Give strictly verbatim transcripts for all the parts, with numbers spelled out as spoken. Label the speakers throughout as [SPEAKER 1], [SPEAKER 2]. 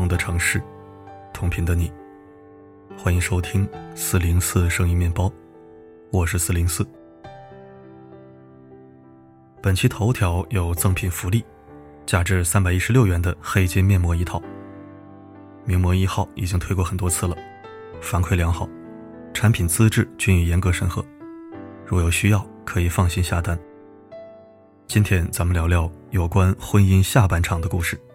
[SPEAKER 1] 同的城市，同频的你。欢迎收听四零四声音面包，我是四零四。本期头条有赠品福利，价值三百一十六元的黑金面膜一套。名模一号已经推过很多次了，反馈良好，产品资质均已严格审核，如有需要可以放心下单。今天咱们聊聊有关婚姻下半场的故事。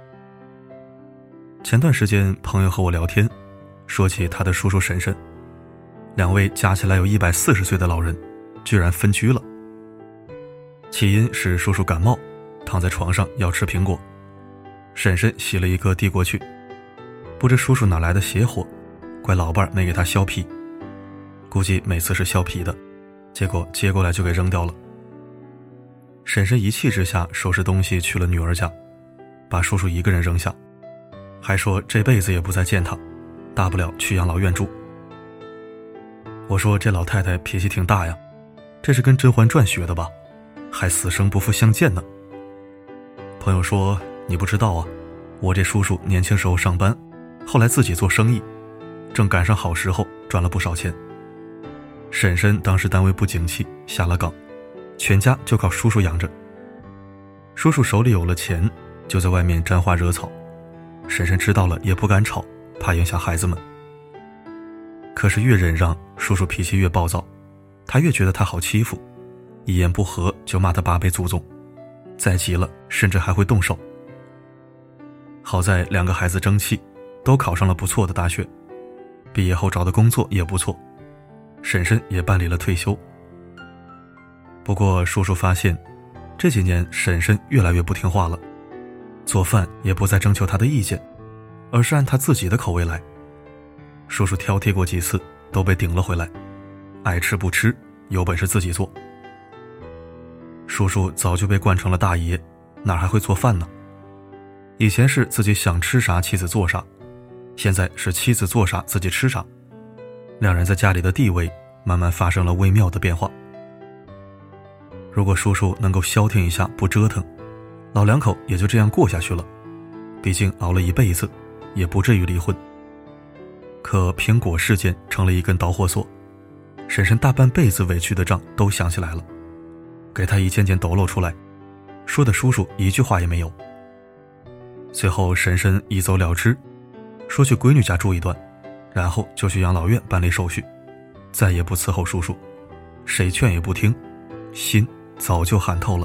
[SPEAKER 1] 前段时间朋友和我聊天，说起他的叔叔婶婶，两位加起来有一百四十岁的老人居然分居了。起因是叔叔感冒，躺在床上要吃苹果，婶婶洗了一个递过去，不知叔叔哪来的邪火，怪老伴没给他削皮，估计每次是削皮的，结果接过来就给扔掉了。婶婶一气之下收拾东西去了女儿家，把叔叔一个人扔下，还说这辈子也不再见他，大不了去养老院住。我说这老太太脾气挺大呀，这是跟《甄嬛传》学的吧，还死生不复相见呢。朋友说你不知道啊，我这叔叔年轻时候上班，后来自己做生意，正赶上好时候，赚了不少钱。婶婶当时单位不景气，下了岗，全家就靠叔叔养着。叔叔手里有了钱，就在外面沾花惹草，婶婶知道了也不敢吵，怕影响孩子们。可是越忍让，叔叔脾气越暴躁，他越觉得他好欺负，一言不合就骂他八辈祖宗，再急了甚至还会动手。好在两个孩子争气，都考上了不错的大学，毕业后找的工作也不错，婶婶也办理了退休。不过叔叔发现这几年婶婶越来越不听话了，做饭也不再征求他的意见，而是按他自己的口味来。叔叔挑剔过几次，都被顶了回来，爱吃不吃，有本事自己做。叔叔早就被惯成了大爷，哪还会做饭呢？以前是自己想吃啥妻子做啥，现在是妻子做啥自己吃啥，两人在家里的地位慢慢发生了微妙的变化。如果叔叔能够消停一下，不折腾，老两口也就这样过下去了，毕竟熬了一辈子，也不至于离婚。可苹果事件成了一根导火索，婶婶大半辈子委屈的账都想起来了，给他一件件抖露出来，说的叔叔一句话也没有。最后婶婶一走了之，说去闺女家住一段，然后就去养老院办理手续，再也不伺候叔叔，谁劝也不听，心早就寒透了。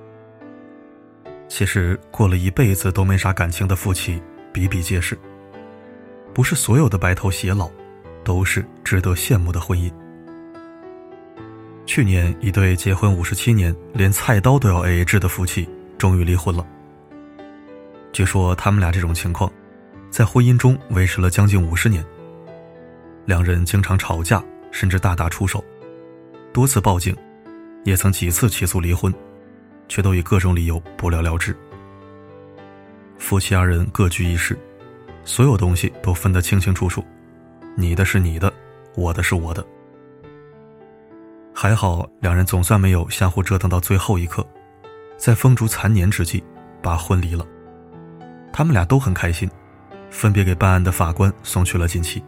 [SPEAKER 1] 其实过了一辈子都没啥感情的夫妻比比皆是，不是所有的白头偕老都是值得羡慕的婚姻。去年一对结婚五十七年连菜刀都要 A A 制的夫妻终于离婚了。据说他们俩这种情况在婚姻中维持了将近五十年，两人经常吵架，甚至大打出手，多次报警，也曾几次起诉离婚，却都以各种理由不了了之。夫妻二人各居一室，所有东西都分得清清楚楚，你的是你的，我的是我的。还好两人总算没有相互折腾到最后一刻，在风烛残年之际把婚离了。他们俩都很开心，分别给办案的法官送去了锦旗。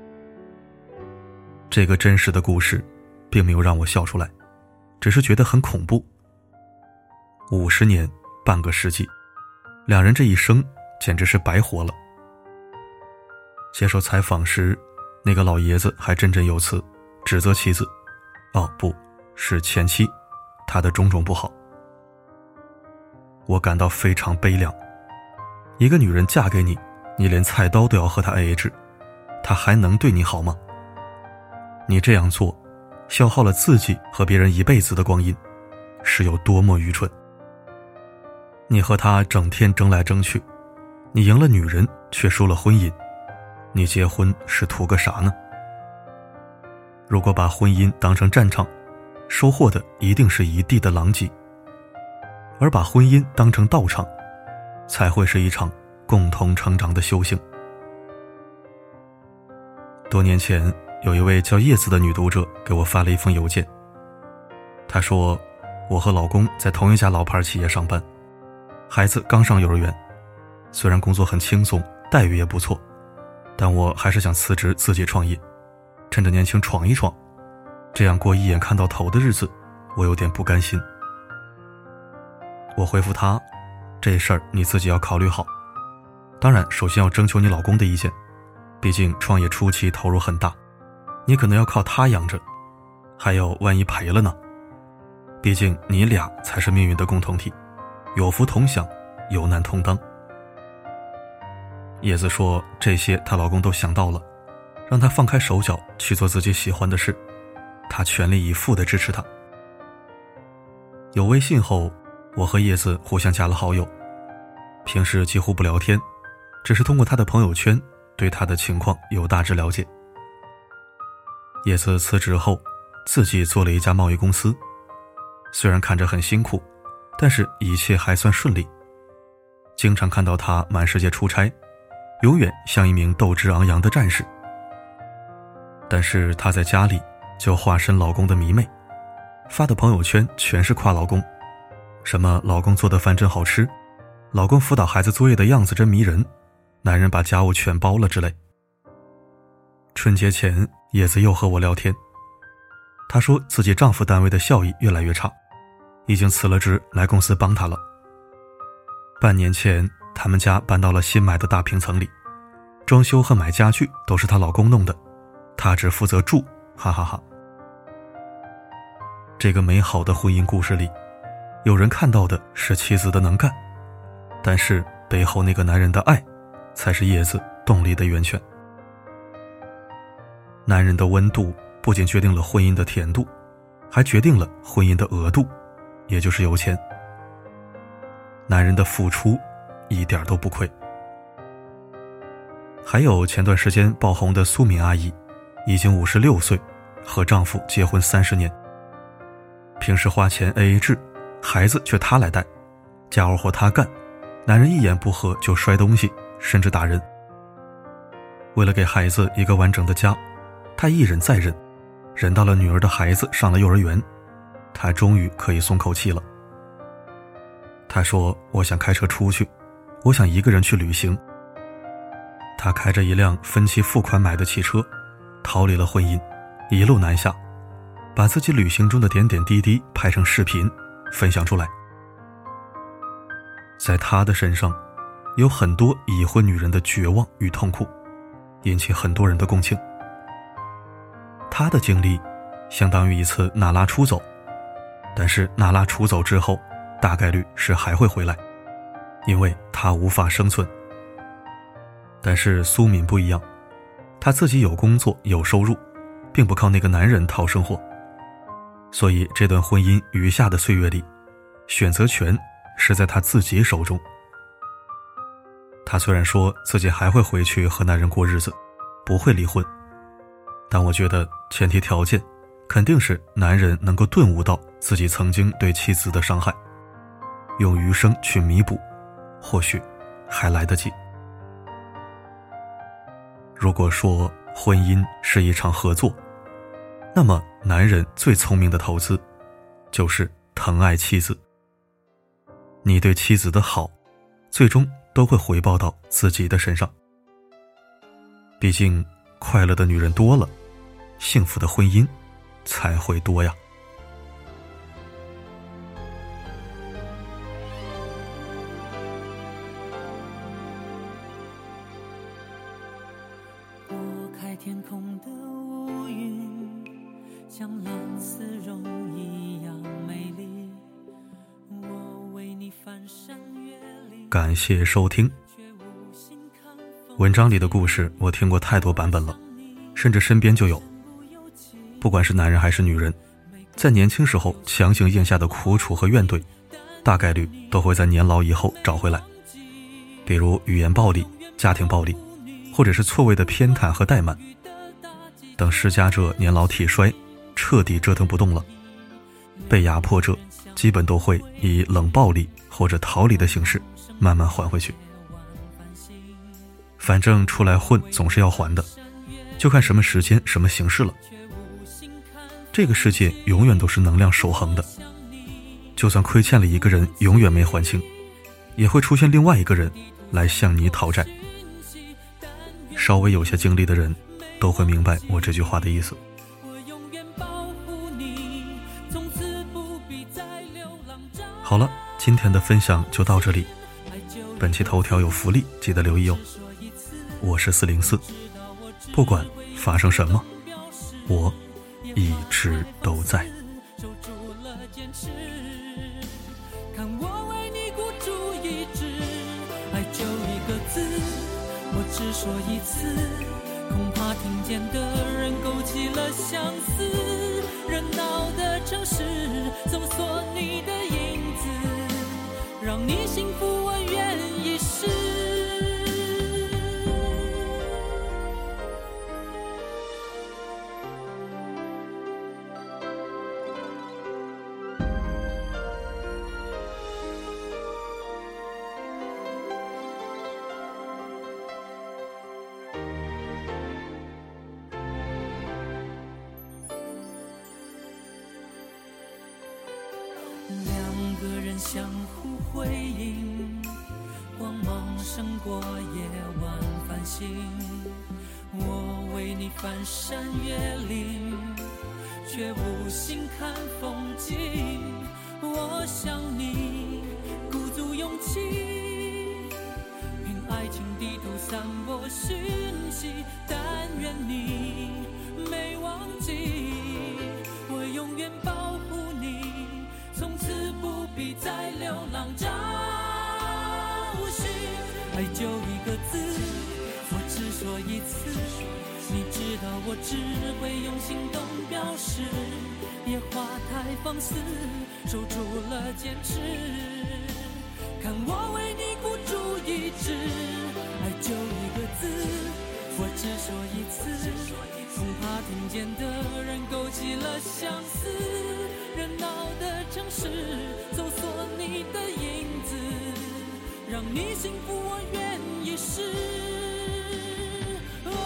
[SPEAKER 1] 这个真实的故事并没有让我笑出来，只是觉得很恐怖。五十年，半个世纪，两人这一生简直是白活了。接受采访时，那个老爷子还振振有词，指责妻子，哦不，是前妻，她的种种不好。我感到非常悲凉。一个女人嫁给你，你连菜刀都要和她 A A 制，她还能对你好吗？你这样做，消耗了自己和别人一辈子的光阴，是有多么愚蠢。你和她整天争来争去，你赢了女人，却输了婚姻，你结婚是图个啥呢？如果把婚姻当成战场，收获的一定是一地的狼藉，而把婚姻当成道场，才会是一场共同成长的修行。多年前，有一位叫叶子的女读者给我发了一封邮件，她说，我和老公在同一家老牌企业上班，孩子刚上幼儿园，虽然工作很轻松， 待遇也不错，但我还是想辞职自己创业，趁着年轻闯一闯，这样过一眼看到头的日子，我有点不甘心。我回复他，这事儿你自己要考虑好，当然首先要征求你老公的意见，毕竟创业初期投入很大，你可能要靠他养着，还有万一赔了呢？毕竟你俩才是命运的共同体，有福同享，有难同当。叶子说这些她老公都想到了，让她放开手脚去做自己喜欢的事，她全力以赴地支持她。有微信后，我和叶子互相加了好友，平时几乎不聊天，只是通过她的朋友圈对她的情况有大致了解。叶子辞职后自己做了一家贸易公司，虽然看着很辛苦，但是一切还算顺利。经常看到她满世界出差，永远像一名斗志昂扬的战士。但是她在家里就化身老公的迷妹，发的朋友圈全是夸老公，什么老公做的饭真好吃，老公辅导孩子作业的样子真迷人，男人把家务全包了之类。春节前，叶子又和我聊天，她说自己丈夫单位的效益越来越差，已经辞了职来公司帮她了。半年前，他们家搬到了新买的大平层里，装修和买家具都是她老公弄的，她只负责住，哈哈哈。这个美好的婚姻故事里，有人看到的是妻子的能干，但是背后那个男人的爱，才是叶子动力的源泉。男人的温度不仅决定了婚姻的甜度，还决定了婚姻的额度，也就是有钱。男人的付出一点都不亏。还有前段时间爆红的苏敏阿姨，已经五十六岁，和丈夫结婚三十年，平时花钱 A A 制，孩子却她来带，家务活她干，男人一言不合就摔东西，甚至打人。为了给孩子一个完整的家，她一忍再忍，忍到了女儿的孩子上了幼儿园，她终于可以松口气了。她说，我想开车出去，我想一个人去旅行。她开着一辆分期付款买的汽车，逃离了婚姻，一路南下，把自己旅行中的点点滴滴拍成视频分享出来。在她的身上有很多已婚女人的绝望与痛苦，引起很多人的共情。她的经历相当于一次娜拉出走，但是娜拉出走之后大概率是还会回来，因为她无法生存。但是苏敏不一样，她自己有工作有收入，并不靠那个男人讨生活，所以这段婚姻余下的岁月里，选择权是在她自己手中。她虽然说自己还会回去和男人过日子，不会离婚，但我觉得前提条件肯定是男人能够顿悟到自己曾经对妻子的伤害，用余生去弥补，或许还来得及。如果说婚姻是一场合作，那么男人最聪明的投资就是疼爱妻子。你对妻子的好，最终都会回报到自己的身上。毕竟快乐的女人多了，幸福的婚姻才会多呀。
[SPEAKER 2] 天空的乌云像蓝丝绒一样美丽，我为你翻山越岭。
[SPEAKER 1] 感谢收听。文章里的故事我听过太多版本了，甚至身边就有。不管是男人还是女人，在年轻时候强行咽下的苦楚和怨怼，大概率都会在年老以后找回来。比如语言暴力、家庭暴力，或者是错位的偏袒和怠慢。等施加者年老体衰，彻底折腾不动了，被压迫者基本都会以冷暴力或者逃离的形式慢慢还回去。反正出来混总是要还的，就看什么时间什么形式了。这个世界永远都是能量守恒的，就算亏欠了一个人永远没还清，也会出现另外一个人来向你讨债。 稍微有些经历的人都会明白我这句话的意思。好了，今天的分享就到这里。本期头条有福利，记得留意哦。我是四零四，不管发生什么，我一直都在。
[SPEAKER 2] 看我为你孤注一掷，爱就一个字，我只说一次，恐怕听见的人勾起了相思。热闹的城市搜索你的影子，让你幸福我愿一试。两个人相互辉映，光芒胜过夜晚繁星。我为你翻山越岭，却无心看风景。我想你鼓足勇气，凭爱情地图散播讯息。但愿你没忘记，我永远保护你，从此不必再流浪找寻。爱就一个字，我只说一次，你知道我只会用行动表示。野花太放肆，守住了坚持，看我为你孤注一掷。爱就一个字，我只说一次，恐怕听见的人勾起了相思。热闹的城市搜索你的影子，让你幸福我愿一试。哦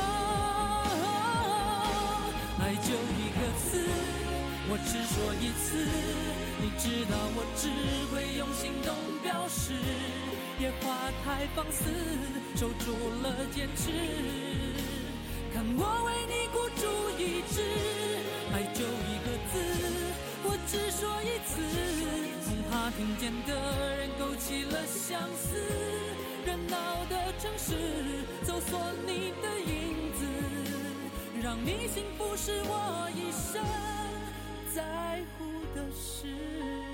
[SPEAKER 2] 哦、爱就一个字，我只说一次，你知道我只会用行动表示。野花太放肆，守住了坚持，看我为你孤注一掷。爱就一个字，我只说一次，恐怕听见的人勾起了相思。热闹的城市搜索你的影子，让你幸福是我一生在乎的事。